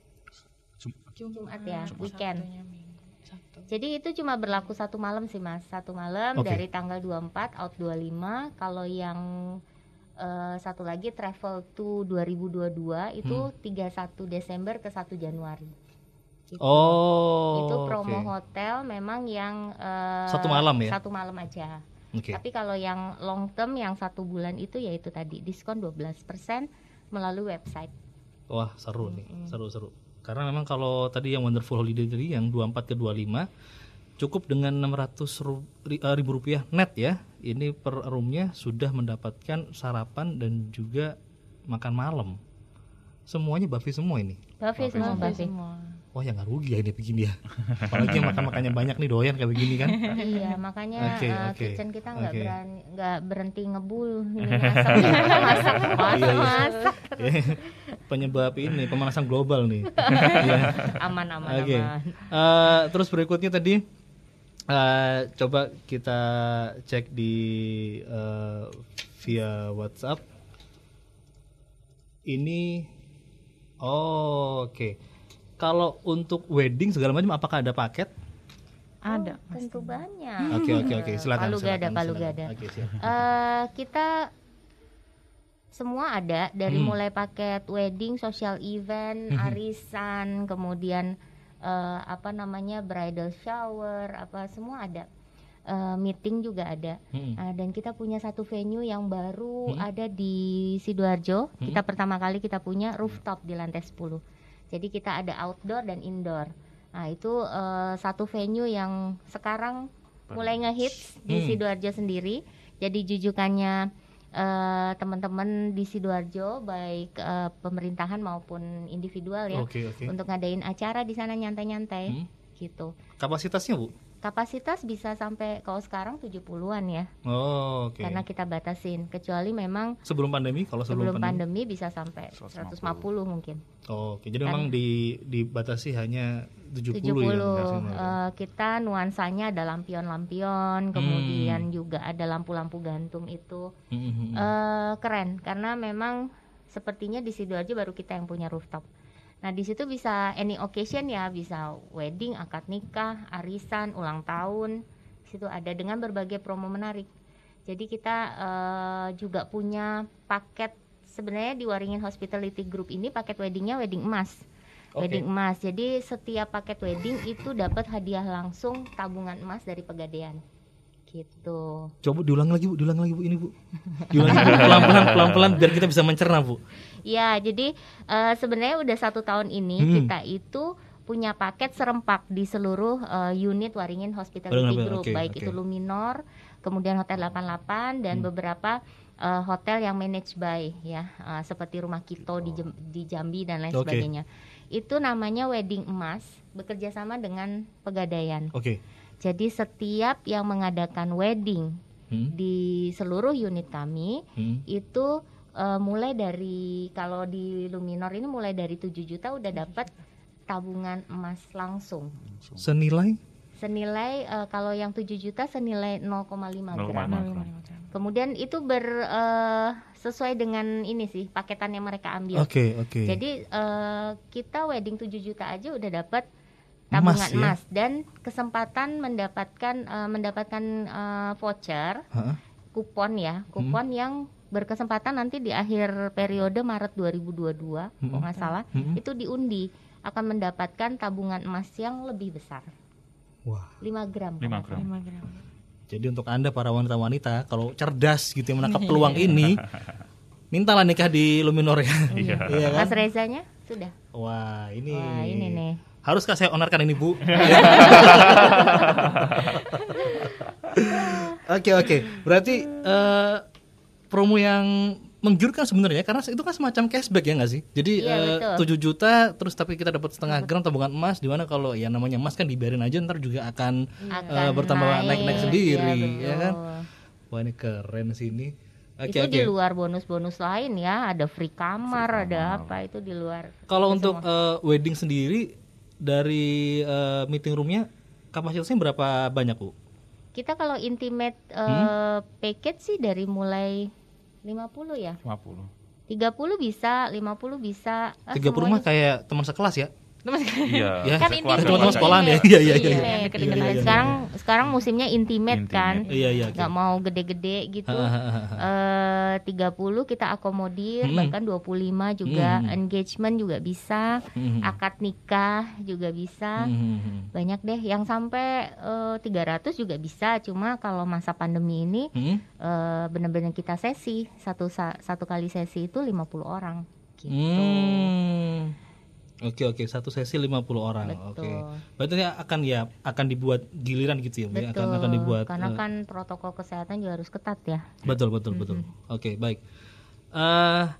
Jumat ya, weekend. Satunya Minggu, Sabtu. Jadi itu cuma berlaku satu malam sih Mas. Satu malam Oke. dari tanggal dua puluh empat out dua puluh lima. Kalau yang eh, satu lagi travel to dua ribu dua puluh dua itu Hmm. tiga puluh satu Desember ke satu Januari. Gitu. Oh. Itu promo oke. hotel memang yang eh, Satu malam ya? Satu malam aja. Oke. Tapi kalau yang long term yang satu bulan itu yaitu tadi diskon dua belas persen melalui website. Wah, seru nih. Seru-seru. Karena memang kalau tadi yang Wonderful Holiday tadi yang dua puluh empat ke dua puluh lima cukup dengan enam ratus ribu rupiah net ya. Ini per roomnya sudah mendapatkan sarapan dan juga makan malam. Semuanya buffet semua ini. Buffet semua buffet. Semua. Wah, ya nggak rugi ya ini begini ya. Apalagi yang makan-makannya banyak nih, doyan kayak begini kan. Iya, makanya Oke, eh, oke. kitchen kita nggak Oke. berani nggak berhenti ngebul ini masak masak masak Iya, iya. masak Penyebab ini pemanasan global nih. Iya. aman aman Oke. aman. Eh, terus berikutnya tadi eh, coba kita cek di eh, via WhatsApp. Ini oh, oke. Kalau untuk wedding segala macam apakah ada paket? Ada. Oh, tentu banyak. Oke oke oke. Silakan. Palu silakan, gada, palu silakan. gada. Oke, siap. Eh, kita semua ada dari Hmm. mulai paket wedding, social event, Mhm. arisan, kemudian eh, apa namanya bridal shower, apa semua ada. Eh, meeting juga ada. Mm-mm. Nah, dan kita punya satu venue yang baru Hmm. ada di Sidoarjo. Hmm. Kita pertama kali kita punya rooftop di lantai sepuluh. Jadi kita ada outdoor dan indoor. Nah, itu eh, satu venue yang sekarang mulai ngehits di Hmm. Sidoarjo sendiri. Jadi jujukannya eh, teman-teman di Sidoarjo baik eh, pemerintahan maupun individual ya Oke oke. untuk ngadain acara di sana nyantai-nyantai Hmm. gitu. Kapasitasnya Bu? Kapasitas bisa sampai kalau sekarang tujuh puluhan ya. Oh, oke. Okay. Karena kita batasin, kecuali memang sebelum pandemi, kalau sebelum, sebelum pandemi, pandemi bisa sampai seratus lima puluh mungkin. Oh, oke. Okay. Jadi kan, memang di dibatasi hanya tujuh puluh, tujuh puluh ya. Uh, kita nuansanya ada lampion-lampion, kemudian hmm. juga ada lampu-lampu gantung itu. Hmm. Uh, keren karena memang sepertinya di Sidoarjo baru kita yang punya rooftop. Nah di situ bisa any occasion ya, bisa wedding, akad nikah, arisan, ulang tahun. Di situ ada dengan berbagai promo menarik. Jadi kita uh, juga punya paket, sebenarnya di Waringin Hospitality Group ini paket weddingnya wedding emas. Okay. Wedding emas. Jadi setiap paket wedding itu dapat hadiah langsung tabungan emas dari Pegadaian. Gitu. Coba diulang lagi Bu, diulang lagi Bu ini Bu. Diulang pelan-pelan pelan-pelan biar kita bisa mencerna Bu. Ya, jadi uh, sebenarnya udah satu tahun ini hmm. kita itu punya paket serempak di seluruh uh, unit Waringin Hospitality Benar, Group, okay, baik okay. itu Luminor, kemudian Hotel delapan puluh delapan dan hmm. beberapa uh, hotel yang managed by ya, uh, seperti Rumah Kito di, di Jambi dan lain okay. sebagainya. Itu namanya wedding emas, bekerja sama dengan Pegadaian. Oke. Okay. Jadi setiap yang mengadakan wedding hmm. di seluruh unit kami hmm. itu uh, mulai dari, kalau di Luminor ini mulai dari tujuh juta udah dapat tabungan emas langsung. Senilai? Senilai uh, kalau yang tujuh juta senilai nol koma lima gram. Kemudian itu ber uh, sesuai dengan ini sih paketan yang mereka ambil. Oke, okay, oke. Okay. Jadi uh, kita wedding tujuh juta aja udah dapat tabungan emas, emas ya? Dan kesempatan mendapatkan uh, mendapatkan uh, voucher, huh? kupon ya, kupon hmm. yang berkesempatan nanti di akhir periode Maret dua ribu dua puluh dua, hmm. kalau nggak salah, hmm. itu diundi akan mendapatkan tabungan emas yang lebih besar. Wah. lima gram. lima gram. lima gram. Jadi untuk Anda para wanita-wanita kalau cerdas gitu menangkap peluang ini, mintalah nikah di Luminor ya. Iya. Iya kan? Mas Rezanya sudah. Wah, ini. Wah, ini nih. Haruskah saya onerkan ini Bu? Oke oke. Berarti uh, promo yang menggiurkan sebenarnya karena itu kan semacam cashback ya nggak sih? Jadi iya, uh, tujuh juta terus tapi kita dapat setengah gram tabungan emas, di mana kalau ya namanya emas kan dibiarin aja ntar juga akan, akan uh, bertambah naik-naik sendiri ya, ya kan? Wah ini keren sih ini. Okay, itu okay. Di luar bonus-bonus lain ya, ada free kamar, free ada kamar. Apa itu di luar. Kalau untuk uh, wedding sendiri dari uh, meeting roomnya kapasitasnya berapa banyak Bu? Kita kalau intimate uh, hmm? package sih dari mulai lima puluh ya. lima puluh. tiga puluh bisa, lima puluh bisa. tiga puluh mah kayak teman sekelas ya? Iya. Ya, kan teman-teman sekolahan ya. Iya iya iya. Sekarang sekarang musimnya intimate, intimate. kan. Iya iya. Enggak mau gede-gede gitu. eh tiga puluh kita akomodir, hmm. bahkan dua puluh lima juga. Hmm. Engagement juga bisa, hmm. akad nikah juga bisa. Hmm. Banyak deh yang sampai uh, tiga ratus juga bisa. Cuma kalau masa pandemi ini hmm. uh, benar-benar kita sesi satu satu kali sesi itu lima puluh orang gitu. Hmm. Oke oke satu sesi lima puluh orang. Betul. Oke. Berarti akan ya akan dibuat giliran gitu ya, betul. akan akan dibuat. Karena uh, kan protokol kesehatan juga harus ketat ya. Betul betul betul. Mm-hmm. Oke baik. Uh,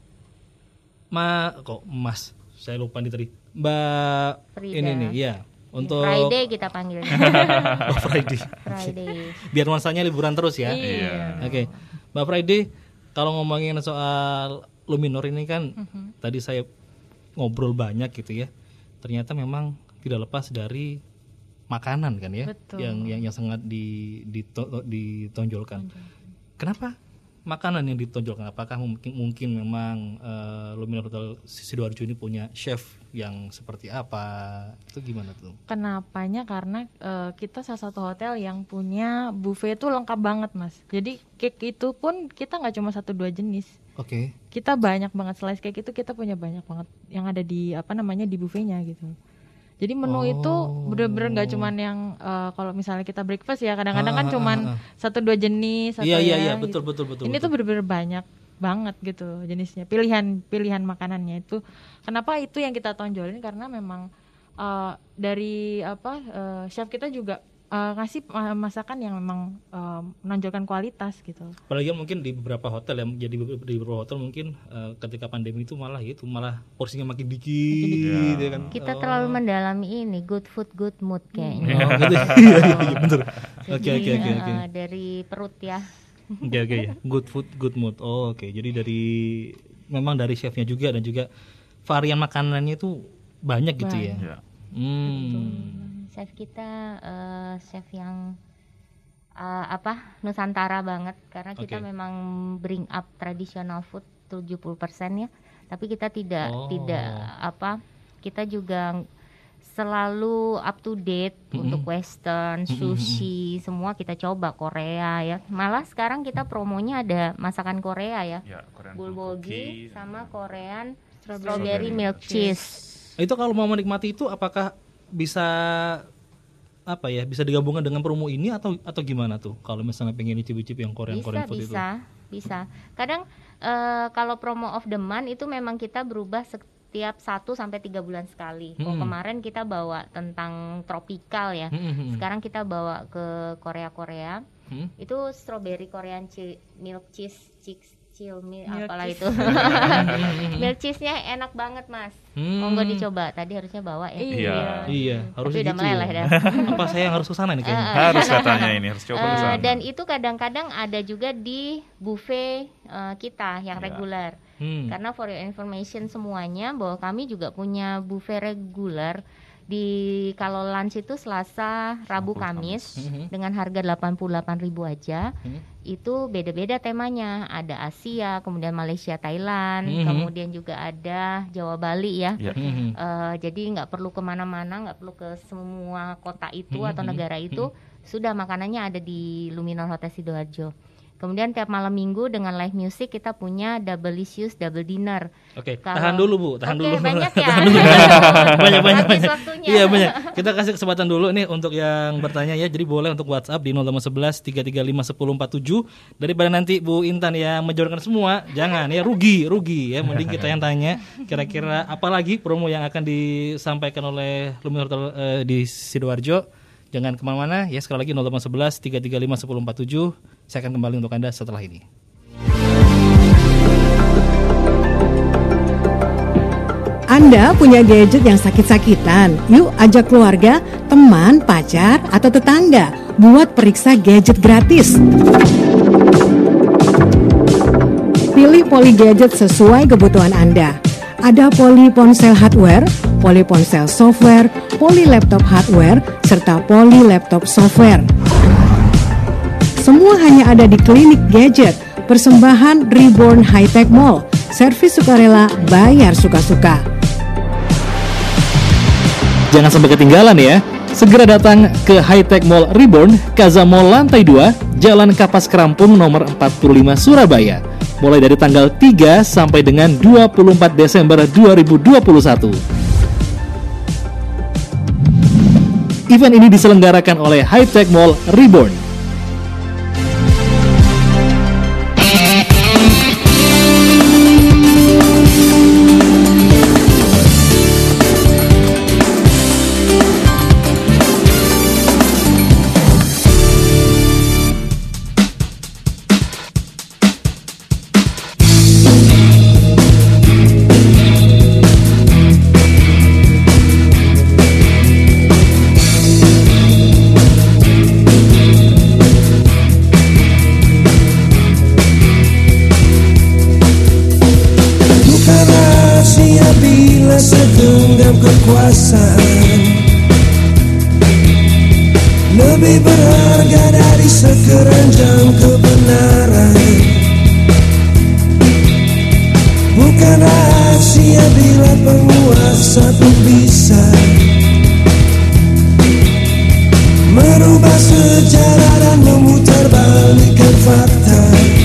ma kok Mas saya lupa nih tadi. Mbak Frida. Ini nih ya untuk Friday kita panggilnya. Oh Friday. Friday. Biar nuansanya liburan terus ya. Iya. Oke Mbak Friday kalau ngomongin soal Luminor ini kan mm-hmm. tadi saya ngobrol banyak gitu ya, ternyata memang tidak lepas dari makanan kan ya. Betul. yang yang yang sangat di, di, ditonjolkan. Tonjol. Kenapa makanan yang ditonjolkan? Apakah mungkin mungkin memang uh, Luminor Hotel Sidoarjo ini punya chef yang seperti apa? Itu gimana tuh? Kenapanya? Karena uh, kita salah satu hotel yang punya buffet itu lengkap banget Mas. Jadi cake itu pun kita nggak cuma satu dua jenis. Oke. Okay. Kita banyak banget slice cake itu kita punya banyak banget yang ada di apa namanya di buffetnya gitu. Jadi menu oh. itu benar-benar nggak cuman yang uh, kalau misalnya kita breakfast ya kadang-kadang ah, kan cuman ah, ah. satu dua jenis. Iya iya iya gitu. betul betul betul. Ini betul. tuh benar-benar banyak banget gitu jenisnya, pilihan pilihan makanannya itu. Kenapa itu yang kita tonjolin karena memang uh, dari apa uh, chef kita juga uh, ngasih masakan yang memang uh, menonjolkan kualitas gitu. Apalagi mungkin di beberapa hotel yang jadi di beberapa hotel mungkin uh, ketika pandemi itu malah itu malah porsinya makin dikit, makin dikit ya. Ya kan. Kita oh. terlalu mendalami ini good food good mood kayaknya. Oh, gitu. Iya, iya benar. Oke oke oke oke. Dari perut ya. Oke oke ya. Good food good mood. Oh, oke. Okay. Jadi dari memang dari chefnya juga dan juga varian makanannya itu banyak gitu banyak. Ya. Hmm. Chef kita uh, chef yang uh, apa Nusantara banget karena kita okay. memang bring up traditional food tujuh puluh persen ya. Tapi kita tidak oh. tidak apa kita juga selalu up to date mm-hmm. untuk western, sushi, mm-hmm. semua kita coba Korea ya. Malah sekarang kita promonya ada masakan Korea ya. ya bulgogi sama Korean strawberry, strawberry milk cheese. Itu kalau mau menikmati itu apakah bisa apa ya bisa digabungkan dengan promo ini atau atau gimana tuh kalau misalnya pengen icip-icip yang Korean Korean food bisa, itu? Bisa, bisa. Kadang uh, kalau promo of the month itu memang kita berubah setiap satu sampai tiga bulan sekali. Hmm. Oh, kemarin kita bawa tentang tropical ya. Hmm. Sekarang kita bawa ke Korea-Korea. Hmm. Itu strawberry Korean che- milk cheese cheese Cilmi apalah itu. Milk cheese-nya enak banget, Mas. Hmm. Monggo dicoba. Tadi harusnya bawa ya. Iya. Iya, harusnya udah gitu. meleleh Ya. dah. Apa saya yang harus ke sana nih kayaknya? Uh, harus katanya ini, harus coba uh, ke sana. Dan itu kadang-kadang ada juga di buffet uh, kita yang yeah. reguler. Hmm. Karena for your information semuanya bahwa kami juga punya buffet reguler di kalau lunch itu Selasa, Rabu, Kamis, Kamis. Mm-hmm. dengan harga delapan puluh delapan ribu aja. Mm-hmm. Itu beda-beda temanya. Ada Asia, kemudian Malaysia, Thailand, mm-hmm. kemudian juga ada Jawa, Bali ya. Yeah. Mm-hmm. Uh, jadi nggak perlu kemana-mana, nggak perlu ke semua kota itu mm-hmm. atau negara itu. Mm-hmm. Sudah makanannya ada di Luminor Hotel Sidoarjo. Kemudian tiap malam minggu dengan live music kita punya double-licious double dinner. Oke, okay, tahan dulu Bu, tahan okay, dulu. banyak ya. banyak banyak banyak. Iya banyak. Kita kasih kesempatan dulu nih untuk yang bertanya ya. Jadi boleh untuk WhatsApp di nol delapan satu satu tiga tiga lima satu nol empat tujuh. Daripada nanti Bu Intan yang menjawabkan semua, jangan ya rugi, rugi ya. Mending kita yang tanya kira-kira apa lagi promo yang akan disampaikan oleh Luminor Hotel uh, di Sidoarjo. Jangan kemana-mana ya, sekali lagi nol delapan satu satu tiga tiga lima satu nol empat tujuh. Saya akan kembali untuk Anda setelah ini. Anda punya gadget yang sakit-sakitan? Yuk ajak keluarga, teman, pacar, atau tetangga buat periksa gadget gratis. Pilih Poly Gadget sesuai kebutuhan Anda. Ada Poly Ponsel Hardware, Poly Ponsel Software, Poly Laptop Hardware, serta Poly Laptop Software. Semua hanya ada di Klinik Gadget, persembahan Reborn High Tech Mall. Servis sukarela, bayar suka-suka. Jangan sampai ketinggalan ya. Segera datang ke High Tech Mall Reborn, Kaza Mall lantai dua, Jalan Kapas Kerampung nomor empat puluh lima Surabaya. Mulai dari tanggal tiga sampai dengan dua puluh empat Desember dua ribu dua puluh satu. Event ini diselenggarakan oleh High Tech Mall Reborn. Segenggam kekuasaan lebih berharga dari sekeranjang kebenaran. Bukan rahasia bila penguasa pun bisa merubah sejarah dan memutarbalikkan fakta.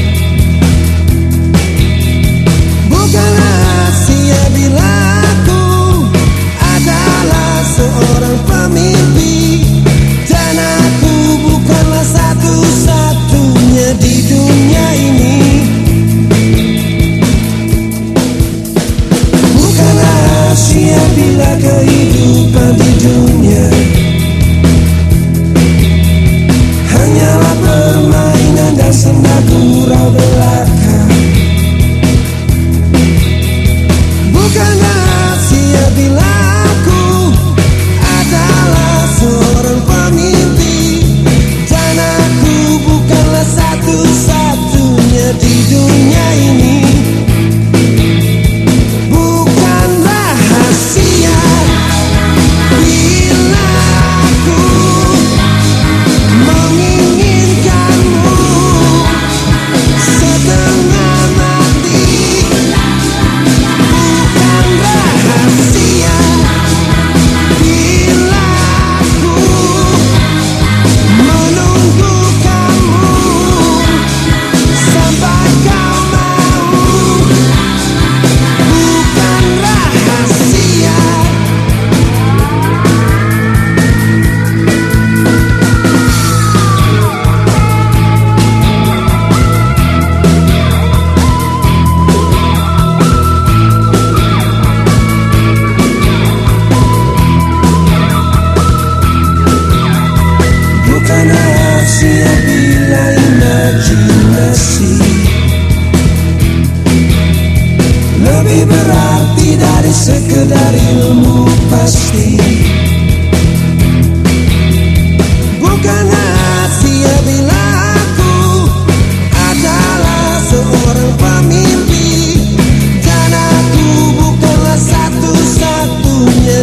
Bukan rahasia bila seorang pemimpi dan aku bukanlah satu-satunya di dunia ini. Bukan rahasia bila kehidupan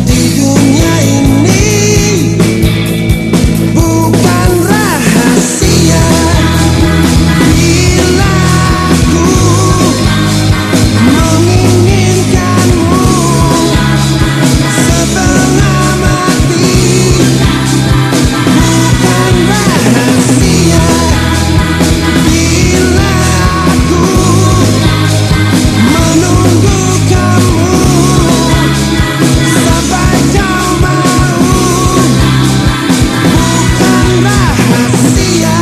di dunia ini bukan rahasia. Bila aku menginginkanmu setengah mati, bukan rahasia. Bila aku menunggu kamu sampai kau mau, bukan rahasia,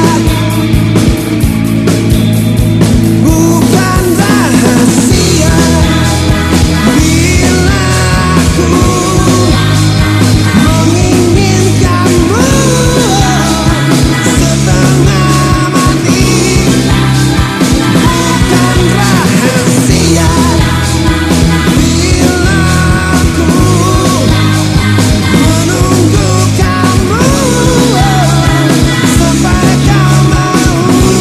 bukan rahasia. Bila aku menginginkanmu setengah mati, bukan rahasia. Bila aku menunggu kamu sampai kau mau,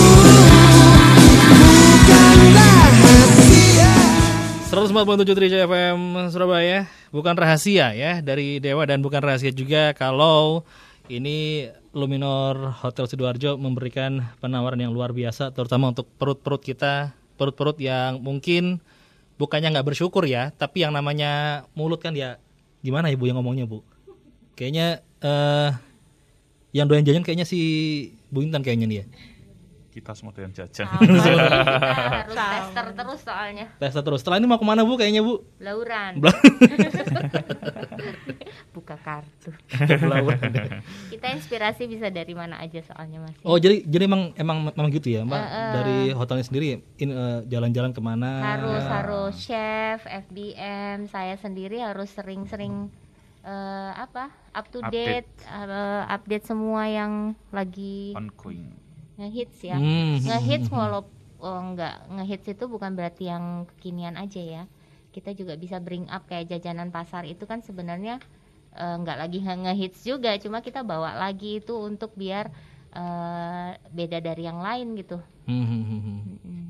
bukan rahasia. seratus empat puluh tujuh Trijaya F M Surabaya, bukan rahasia ya, dari Dewa, dan bukan rahasia juga kalau ini Luminor Hotel Sidoarjo memberikan penawaran yang luar biasa, terutama untuk perut-perut kita, perut-perut yang mungkin bukannya nggak bersyukur ya, tapi yang namanya mulut kan ya, gimana ya Bu yang ngomongnya Bu? Kayaknya eh, yang doyan jajan kayaknya si Bu Intan kayaknya nih ya. Kita semua doyan jajan. Sama, kita harus tester terus soalnya. Tester terus. Setelah ini mau kemana Bu kayaknya Bu? Lauran. Bla- Buka kartu. Belauran. Kita inspirasi bisa dari mana aja soalnya Mas. Oh jadi jadi emang emang memang gitu ya Mbak, Eh, eh. dari hotelnya sendiri in, eh, jalan-jalan kemana? Harus harus chef, F B M, saya sendiri harus sering-sering eh, apa? Up to Update. date, eh, update semua yang lagi Ongoing. ngehits ya. Hmm. Ngehits walau oh, enggak ngehits itu bukan berarti yang kekinian aja ya. Kita juga bisa bring up kayak jajanan pasar itu kan sebenarnya eh, enggak lagi nge- ngehits juga, cuma kita bawa lagi itu untuk biar eh, beda dari yang lain gitu. Hmm, hmm, hmm, hmm. Mm-mm.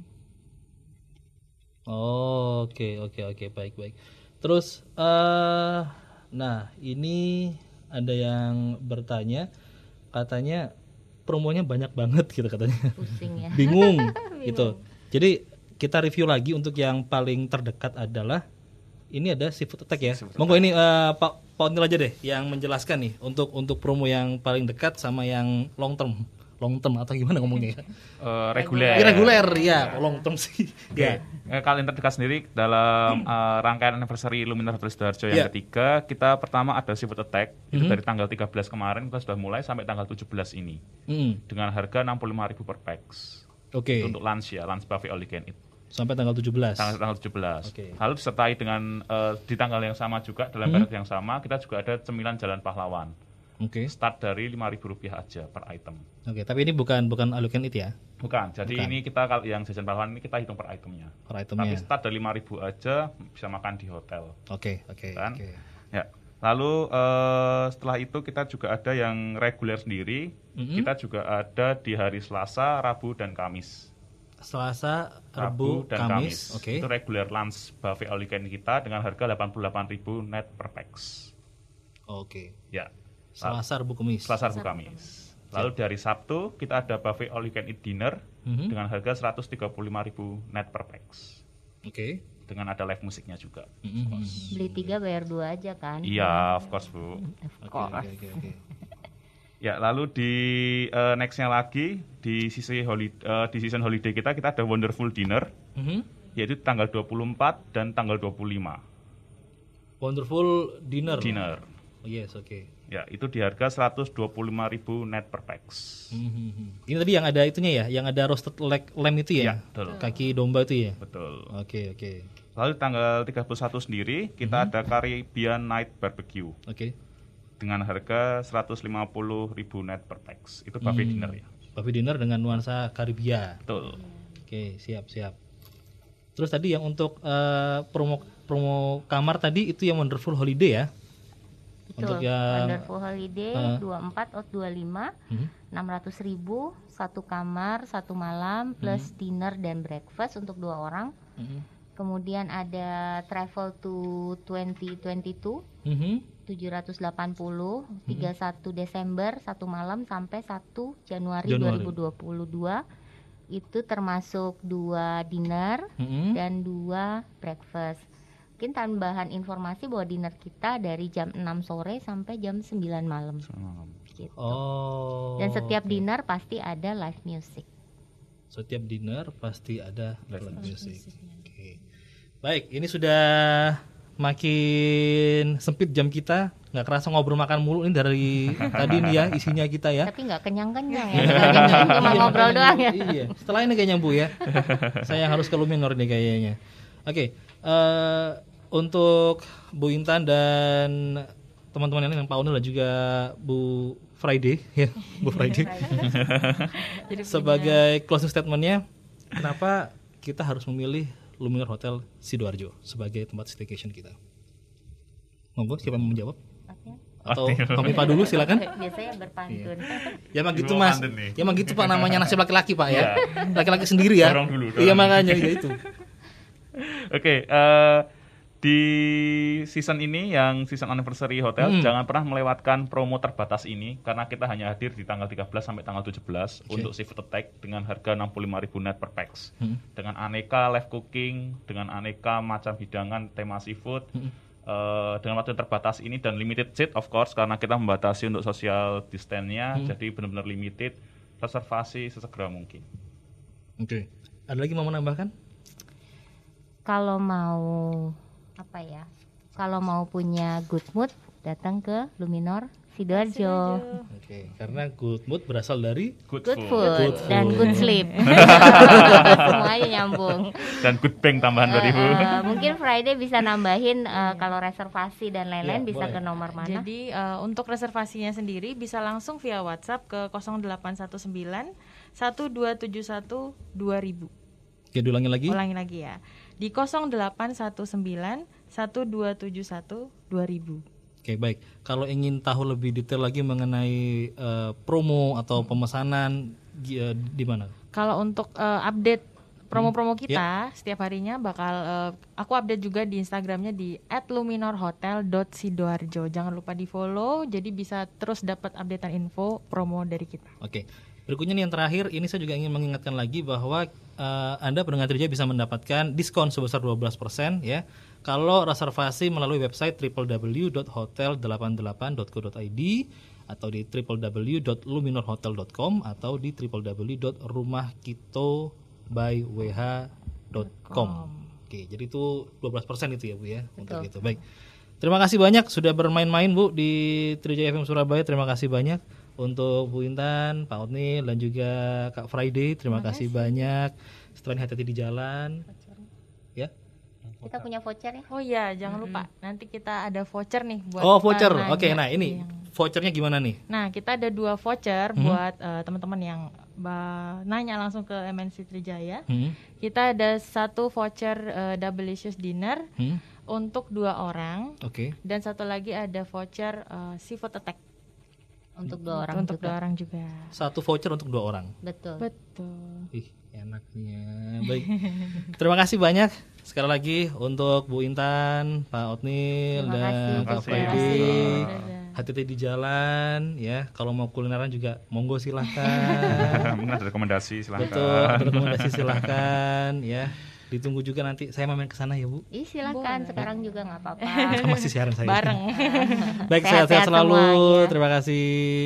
Oh, oke oke oke baik baik. Terus eh nah ini ada yang bertanya, katanya promonya banyak banget gitu katanya. Pusing ya. Bingung gitu. Jadi kita review lagi untuk yang paling terdekat adalah ini ada Seafood Attack ya. Monggo ini eh, Pak Pak Onil aja deh yang menjelaskan nih untuk untuk promo yang paling dekat sama yang long term. Long term atau gimana ngomongnya ya? Eh, reguler. Reguler ya, long term sih. Oke. Ya. Eh, Kalau yang terdekat sendiri dalam eh, rangkaian anniversary Luminor Hotel Sidoarjo yang Ya. ketiga, kita pertama ada Seafood Attack. Itu Mhm. dari tanggal tiga belas kemarin kita sudah mulai sampai tanggal tujuh belas ini. Mm. Dengan harga enam puluh lima ribu per pax. Oke. Itu untuk lunch ya, lunch buffet all you can eat. Sampai tanggal tujuh belas. Tanggal, tanggal tujuh belas. Oke. Lalu disertai dengan eh, di tanggal yang sama juga dalam Mhm. periode yang sama kita juga ada cemilan Jalan Pahlawan. Oke. Start dari lima ribu rupiah aja per item. Oke, tapi ini bukan bukan all you can eat ya, Bukan. Jadi Bukan. ini kita kalau yang jajan pahlawan ini kita hitung per itemnya. per Tapi itemnya. start dari lima ribu aja bisa makan di hotel. Oke, oke, Kan? oke. Ya. Lalu eh, setelah itu kita juga ada yang reguler sendiri. Mhm. Kita juga ada di hari Selasa, Rabu dan Kamis. Selasa, Rabu Rabu, dan Kamis. Kamis. Oke. Itu reguler lunch buffet all you can kita dengan harga delapan puluh delapan ribu net per pax. Oke. Ya. Selasa, Rabu, Kamis. Selasa, Rabu, Kamis. Lalu dari Sabtu kita ada buffet all you can eat dinner Mhm. dengan harga seratus tiga puluh lima ribu net per pax. Oke. Dengan ada live musiknya juga. Mhm. Beli tiga bayar dua aja kan? Iya, of course Bu. Oke, oke, oke, oke. Ya, lalu di eh, nextnya lagi di sisi holiday, di season holiday kita kita ada Wonderful Dinner, Mhm. yaitu tanggal dua puluh empat dan tanggal dua puluh lima. Wonderful dinner. Dinner. Oh, yes, oke. Ya, itu di harga seratus dua puluh lima ribu net per pax. Mhm. Ini tadi yang ada itunya ya, yang ada roasted leg lamb itu ya, Ya, betul. kaki domba itu ya. Betul. Oke, oke, Lalu tanggal tiga puluh satu sendiri kita ada Caribbean Night Barbecue oke. dengan harga seratus lima puluh ribu net per pax. Itu buffet Hmm. dinner ya. Buffet dinner dengan nuansa Karibia. Betul. Oke, siap, siap. Terus tadi yang untuk eh, promo promo kamar tadi itu yang Wonderful Holiday ya. Untuk Betul. yang Wonderful Holiday eh, dua puluh empat out dua puluh lima, hmm, enam ratus ribu satu kamar satu malam plus dinner dan breakfast untuk dua orang. hmm, Kemudian ada travel to dua ribu dua puluh dua hmm, tujuh ratus delapan puluh, tiga puluh satu Desember satu malam sampai satu Januari, Januari. dua ribu dua puluh dua. Itu termasuk dua dinner Mm-hmm. dan dua breakfast. Mungkin tambahan informasi bahwa dinner kita dari jam enam sore sampai jam sembilan malam. Gitu. Oh. Dan setiap oke. dinner pasti ada live music. Setiap dinner pasti ada Live live music. Oke. Baik, ini sudah makin sempit jam kita. Nggak kerasa ngobrol makan mulu ini dari tadi nih ya isinya kita ya. Tapi nggak kenyang-kenyang ya. Nggak cuma ngobrol doang ya. Iya, setelah ini kayaknya Bu ya. Saya harus ke Luminor nih kayaknya. Oke, eh, untuk Bu Intan dan teman-teman yang lain, yang Pak Onil dan juga Bu Friday ya, Bu Friday. Jadi Sebagai closing statementnya, kenapa kita harus memilih Luminor Hotel Sidoarjo sebagai tempat staycation kita? Monggo, siapa yang mau menjawab? Oke. Atau Kami Pak dulu silakan. Biasanya berpantun. Ya emang gitu Dibawa Mas. pantun nih. Ya emang gitu Pak, namanya nasib laki-laki Pak ya. Iya. Laki-laki sendiri ya. Dorong dulu, dorong Iya dulu. makanya ya itu. Oke, eh, di season ini yang season anniversary hotel Hmm. jangan pernah melewatkan promo terbatas ini karena kita hanya hadir di tanggal tiga belas sampai tanggal tujuh belas Oke. untuk Seafood Attack dengan harga enam puluh lima ribu net per pax. Hmm. Dengan aneka live cooking, dengan aneka macam hidangan tema seafood. Hmm. eh, dengan waktu yang terbatas ini dan limited seat of course karena kita membatasi untuk social distance-nya, Hmm. jadi benar-benar limited. Reservasi sesegera mungkin. Oke. Ada lagi mau menambahkan? Kalau mau apa ya? Kalau mau punya good mood, datang ke Luminor Sidoarjo. Oke, karena good mood berasal dari Good, Good food. food, Good dan food. good sleep. Semuanya nyambung. Dan good bank tambahan dari Bu. Eh, eh, mungkin Friday bisa nambahin eh, kalau reservasi dan lain-lain Ya, bisa boleh. ke nomor mana? Jadi eh, untuk reservasinya sendiri bisa langsung via WhatsApp ke nol delapan satu sembilan satu dua tujuh satu dua ribu. Oke, diulangi lagi. Ulangi lagi ya. Di nol delapan satu sembilan satu dua tujuh satu dua ribu. Oke, baik. Kalau ingin tahu lebih detail lagi mengenai eh, promo atau pemesanan gi- eh, di mana? Kalau untuk eh, update promo-promo kita setiap harinya bakal eh, aku update juga di Instagramnya di at luminorhotel dot sidoarjo. Jangan lupa di follow jadi bisa terus dapat updatean info promo dari kita. Oke. Berikutnya nih yang terakhir, ini saya juga ingin mengingatkan lagi bahwa eh, Anda pendengar Trija bisa mendapatkan diskon sebesar dua belas persen ya kalau reservasi melalui website w w w dot hotel delapan delapan dot co dot i d atau di w w w dot luminorhotel dot com atau di w w w dot rumahkito by w h dot com. Oke, jadi itu dua belas persen itu ya Bu ya untuk Betul. itu. Baik. Terima kasih banyak sudah bermain-main Bu di Trijaya F M Surabaya. Terima kasih banyak untuk Bu Intan, Pak Onil dan juga Kak Friday. Terima, kasih banyak. Setelah ini hati-hati di jalan. Ya. Kita punya voucher ya. Oh iya, jangan lupa nanti kita ada voucher nih buat Oh, voucher. nanya. Oke, nah ini Yang- vouchernya gimana nih? Nah, kita ada dua voucher Mhm. buat eh, teman-teman yang ba- nanya langsung ke M N C Trijaya. Hmm. Kita ada satu voucher eh, Doublicious Dinner Hmm. untuk dua orang Oke. dan satu lagi ada voucher eh, Seafood Attack Untuk dua orang untuk juga. dua orang juga. Satu voucher untuk dua orang. Betul. Betul. Ih, enaknya. Baik. Terima kasih banyak sekali lagi untuk Bu Intan, Pak Onil Terima dan kasih Kak juga. Friday. Dadah. Hati-hati di jalan ya. Kalau mau kulineran juga monggo silahkan. Mungkin ada rekomendasi silahkan. Betul, ada rekomendasi silahkan ya. Ditunggu juga nanti saya main ke sana ya Bu. Ih, silakan sekarang juga nggak apa-apa. Masih siaran saya. Bareng. Baik, Sehat-sehat sehat-sehat selalu. semuanya. Terima kasih.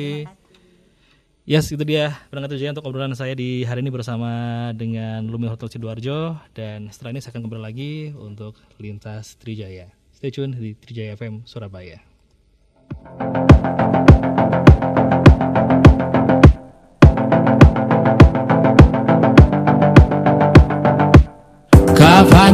Yes, itu dia pendengar Trijaya untuk obrolan saya di hari ini bersama dengan Luminor Hotel Sidoarjo. Dan setelah ini saya akan kembali lagi untuk Lintas Trijaya. Stay tune di Trijaya F M Surabaya. Kapan